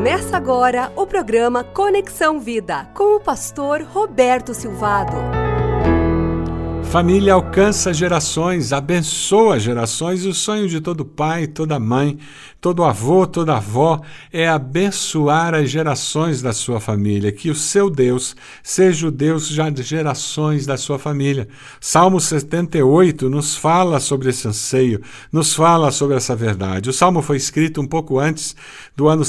Começa agora o programa Conexão Vida, com o pastor Roberto Silvado. Família alcança gerações, abençoa gerações, e o sonho de todo pai, toda mãe, todo avô, toda avó é abençoar as gerações da sua família, que o seu Deus seja o Deus já de gerações da sua família. Salmo 78 nos fala sobre esse anseio, nos fala sobre essa verdade. O Salmo foi escrito um pouco antes do ano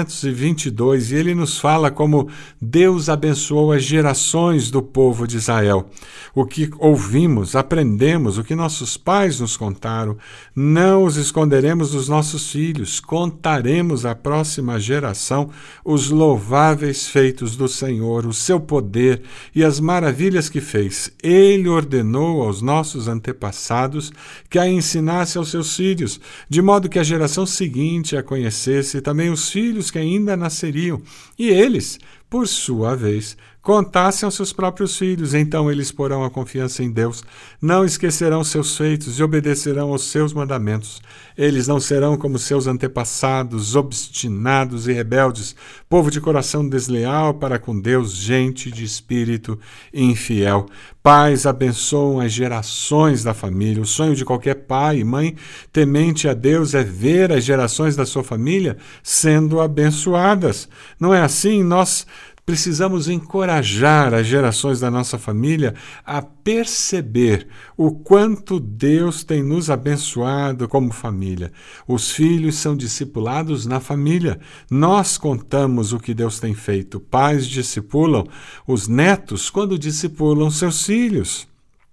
722 e ele nos fala como Deus abençoou as gerações do povo de Israel. O que ouvimos, aprendemos, o que nossos pais nos contaram, não os esconderemos dos nossos filhos, contaremos à próxima geração os louváveis feitos do Senhor, o seu poder e as maravilhas que fez. Ele ordenou aos nossos antepassados que a ensinasse aos seus filhos, de modo que a geração seguinte a conhecesse e também os filhos que ainda nasceriam, e eles, por sua vez, contassem aos seus próprios filhos. Então eles porão a confiança em Deus, não esquecerão seus feitos e obedecerão aos seus mandamentos. Eles não serão como seus antepassados, obstinados e rebeldes, povo de coração desleal para com Deus, gente de espírito infiel. Pais abençoam as gerações da família. O sonho de qualquer pai e mãe temente a Deus é ver as gerações da sua família sendo abençoadas. Não é assim? Nós precisamos encorajar as gerações da nossa família a perceber o quanto Deus tem nos abençoado como família. Os filhos são discipulados na família. Nós contamos o que Deus tem feito. Pais discipulam os netos quando discipulam seus filhos.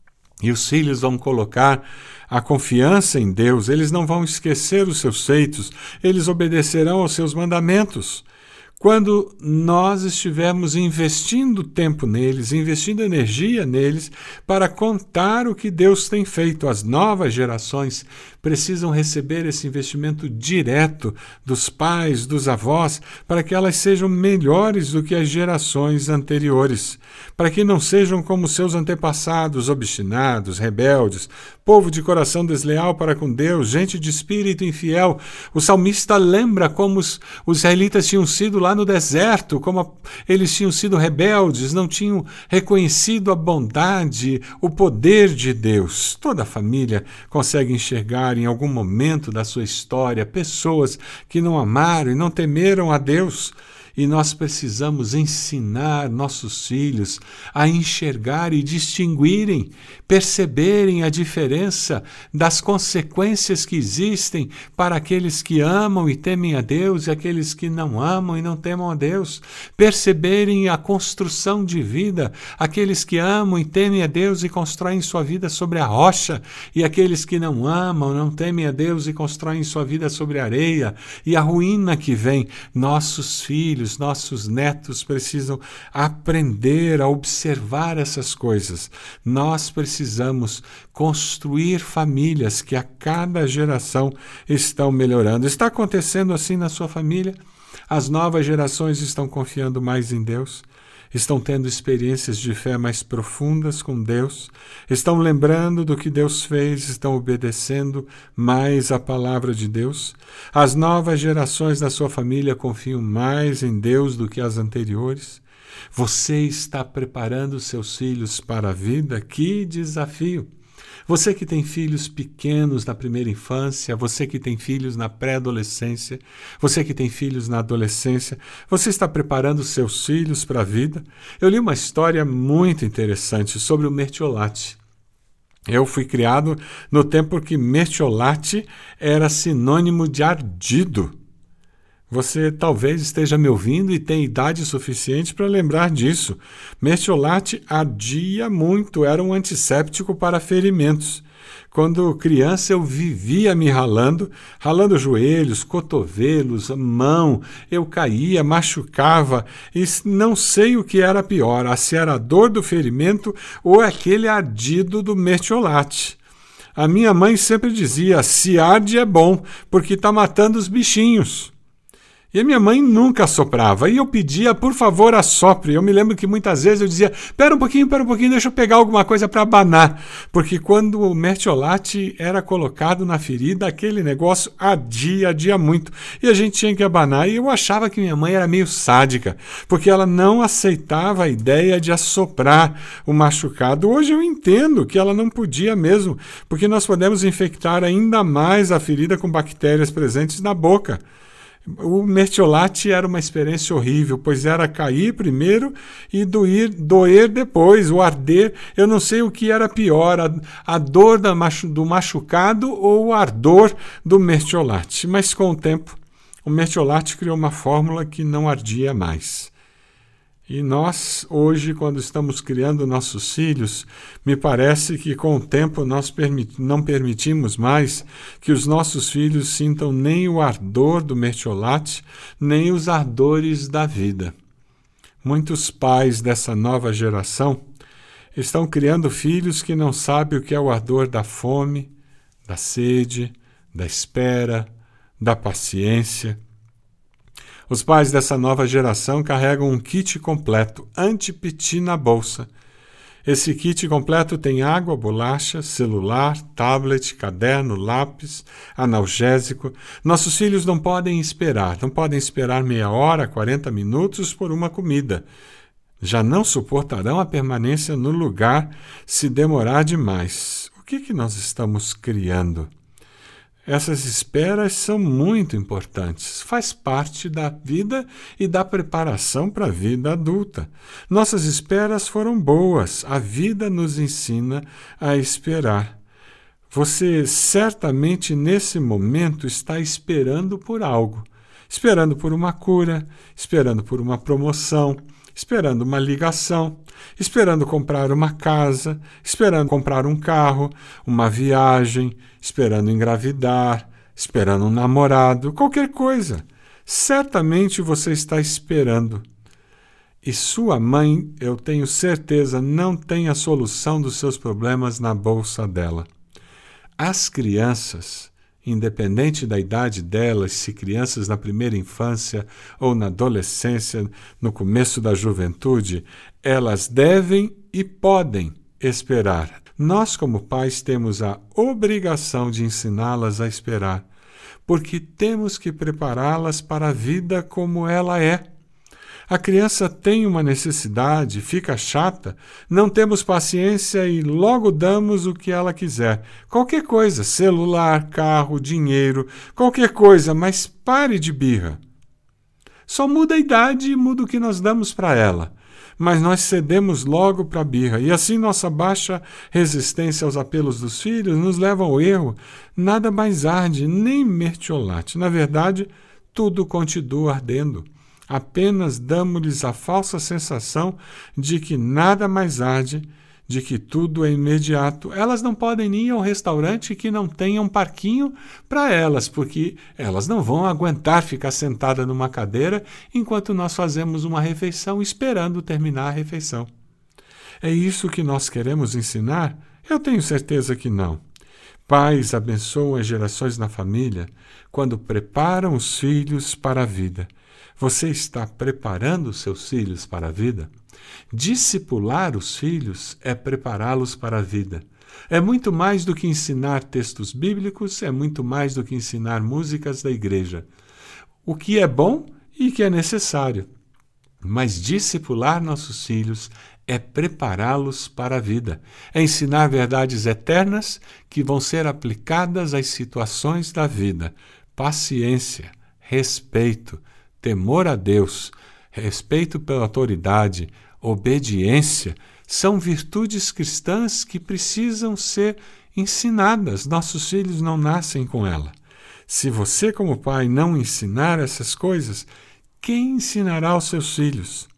E os filhos vão colocar a confiança em Deus. Eles não vão esquecer os seus feitos. Eles obedecerão aos seus mandamentos. Quando nós estivermos investindo tempo neles, investindo energia neles, para contar o que Deus tem feito, as novas gerações precisam receber esse investimento direto dos pais, dos avós, para que elas sejam melhores do que as gerações anteriores, para que não sejam como seus antepassados, obstinados, rebeldes, povo de coração desleal para com Deus, gente de espírito infiel. O salmista lembra como os israelitas tinham sido lá no deserto, como eles tinham sido rebeldes, não tinham reconhecido a bondade, o poder de Deus. Toda a família consegue enxergar em algum momento da sua história pessoas que não amaram e não temeram a Deus. E nós precisamos ensinar nossos filhos a enxergar e distinguirem, perceberem a diferença das consequências que existem para aqueles que amam e temem a Deus e aqueles que não amam e não temam a Deus. Perceberem a construção de vida, aqueles que amam e temem a Deus e constroem sua vida sobre a rocha, e aqueles que não amam, não temem a Deus e constroem sua vida sobre a areia, e a ruína que vem. Nossos filhos, nossos netos precisam aprender a observar essas coisas. Nós precisamos construir famílias que a cada geração estão melhorando. Está acontecendo assim na sua família? As novas gerações estão confiando mais em Deus? Estão tendo experiências de fé mais profundas com Deus? Estão lembrando do que Deus fez? Estão obedecendo mais a palavra de Deus? As novas gerações da sua família confiam mais em Deus do que as anteriores? Você está preparando seus filhos para a vida? Que desafio! Você que tem filhos pequenos na primeira infância, você que tem filhos na pré-adolescência, você que tem filhos na adolescência, você está preparando seus filhos para a vida? Eu li uma história muito interessante sobre o mertiolate. Eu fui criado no tempo que mertiolate era sinônimo de ardido. Você talvez esteja me ouvindo e tenha idade suficiente para lembrar disso. Mertiolate ardia muito, era um antisséptico para ferimentos. Quando criança eu vivia me ralando joelhos, cotovelos, mão, eu caía, machucava e não sei o que era pior, se era a dor do ferimento ou aquele ardido do mertiolate. A minha mãe sempre dizia, se arde é bom, porque está matando os bichinhos. E a minha mãe nunca assoprava. E eu pedia, por favor, assopre. Eu me lembro que muitas vezes eu dizia, espera um pouquinho, deixa eu pegar alguma coisa para abanar. Porque quando o mertiolate era colocado na ferida, aquele negócio ardia muito. E a gente tinha que abanar. E eu achava que minha mãe era meio sádica, porque ela não aceitava a ideia de assoprar o machucado. Hoje eu entendo que ela não podia mesmo, porque nós podemos infectar ainda mais a ferida com bactérias presentes na boca. O mertiolate era uma experiência horrível, pois era cair primeiro e doer depois, o arder. Eu não sei o que era pior, a dor do machucado ou o ardor do mertiolate. Mas com o tempo, o mertiolate criou uma fórmula que não ardia mais. E nós, hoje, quando estamos criando nossos filhos, me parece que com o tempo nós não permitimos mais que os nossos filhos sintam nem o ardor do mertiolate, nem os ardores da vida. Muitos pais dessa nova geração estão criando filhos que não sabem o que é o ardor da fome, da sede, da espera, da paciência. Os pais dessa nova geração carregam um kit completo, anti-piti na bolsa. Esse kit completo tem água, bolacha, celular, tablet, caderno, lápis, analgésico. Nossos filhos não podem esperar meia hora, 40 minutos por uma comida. Já não suportarão a permanência no lugar se demorar demais. O que nós estamos criando? Essas esperas são muito importantes, faz parte da vida e da preparação para a vida adulta. Nossas esperas foram boas, a vida nos ensina a esperar. Você certamente nesse momento está esperando por algo, esperando por uma cura, esperando por uma promoção, esperando uma ligação, esperando comprar uma casa, esperando comprar um carro, uma viagem, esperando engravidar, esperando um namorado, qualquer coisa. Certamente você está esperando. E sua mãe, eu tenho certeza, não tem a solução dos seus problemas na bolsa dela. As crianças, independente da idade delas, se crianças na primeira infância ou na adolescência, no começo da juventude, elas devem e podem esperar. Nós, como pais, temos a obrigação de ensiná-las a esperar, porque temos que prepará-las para a vida como ela é. A criança tem uma necessidade, fica chata, não temos paciência e logo damos o que ela quiser. Qualquer coisa, celular, carro, dinheiro, qualquer coisa, mas pare de birra. Só muda a idade e muda o que nós damos para ela. Mas nós cedemos logo para a birra, e assim nossa baixa resistência aos apelos dos filhos nos leva ao erro. Nada mais arde, nem mertiolate. Na verdade, tudo continua ardendo. Apenas damos-lhes a falsa sensação de que nada mais arde, de que tudo é imediato. Elas não podem ir ao restaurante que não tenha um parquinho para elas, porque elas não vão aguentar ficar sentada numa cadeira enquanto nós fazemos uma refeição esperando terminar a refeição. É isso que nós queremos ensinar? Eu tenho certeza que não. Pais abençoam as gerações na família quando preparam os filhos para a vida. Você está preparando os seus filhos para a vida? Discipular os filhos é prepará-los para a vida. É muito mais do que ensinar textos bíblicos, é muito mais do que ensinar músicas da igreja. O que é bom e que é necessário. Mas discipular nossos filhos é prepará-los para a vida. É ensinar verdades eternas que vão ser aplicadas às situações da vida. Paciência, respeito, temor a Deus, respeito pela autoridade, obediência, são virtudes cristãs que precisam ser ensinadas. Nossos filhos não nascem com ela. Se você, como pai, não ensinar essas coisas, quem ensinará aos seus filhos?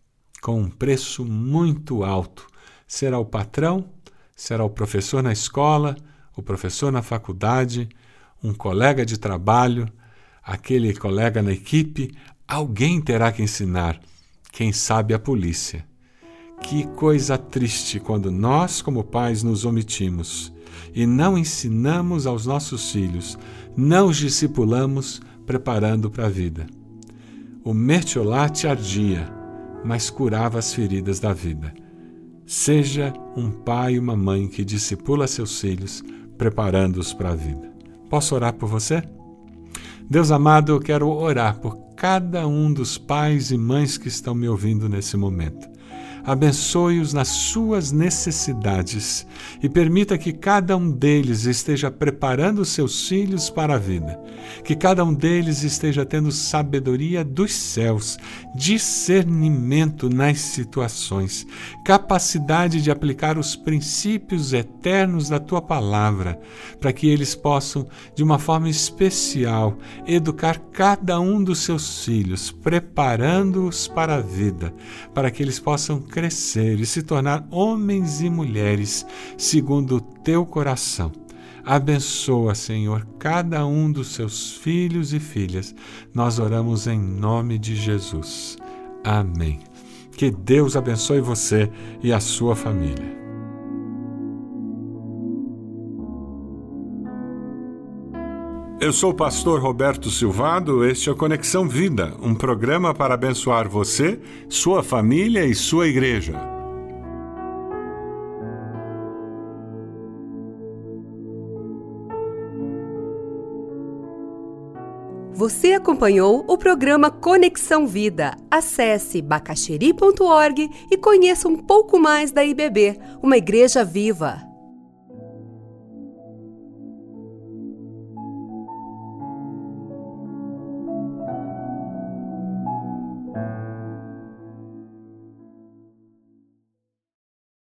Com um preço muito alto. Será o patrão? Será o professor na escola? O professor na faculdade? Um colega de trabalho? Aquele colega na equipe? Alguém terá que ensinar. Quem sabe a polícia. Que coisa triste quando nós, como pais, nos omitimos e não ensinamos aos nossos filhos, não os discipulamos preparando para a vida. O mertiolate ardia, mas curava as feridas da vida. Seja um pai e uma mãe que discipula seus filhos, preparando-os para a vida. Posso orar por você? Deus amado, eu quero orar por cada um dos pais e mães que estão me ouvindo nesse momento. Abençoe-os nas suas necessidades e permita que cada um deles esteja preparando seus filhos para a vida, que cada um deles esteja tendo sabedoria dos céus, discernimento nas situações, capacidade de aplicar os princípios eternos da Tua palavra, para que eles possam, de uma forma especial, educar cada um dos seus filhos, preparando-os para a vida, para que eles possam crescer e se tornar homens e mulheres segundo o Teu coração. Abençoa, Senhor, cada um dos seus filhos e filhas. Nós oramos em nome de Jesus. Amém. Que Deus abençoe você e a sua família. Eu sou o pastor Roberto Silvado, este é o Conexão Vida, um programa para abençoar você, sua família e sua igreja. Você acompanhou o programa Conexão Vida. Acesse bacacheri.org e conheça um pouco mais da IBB, uma igreja viva.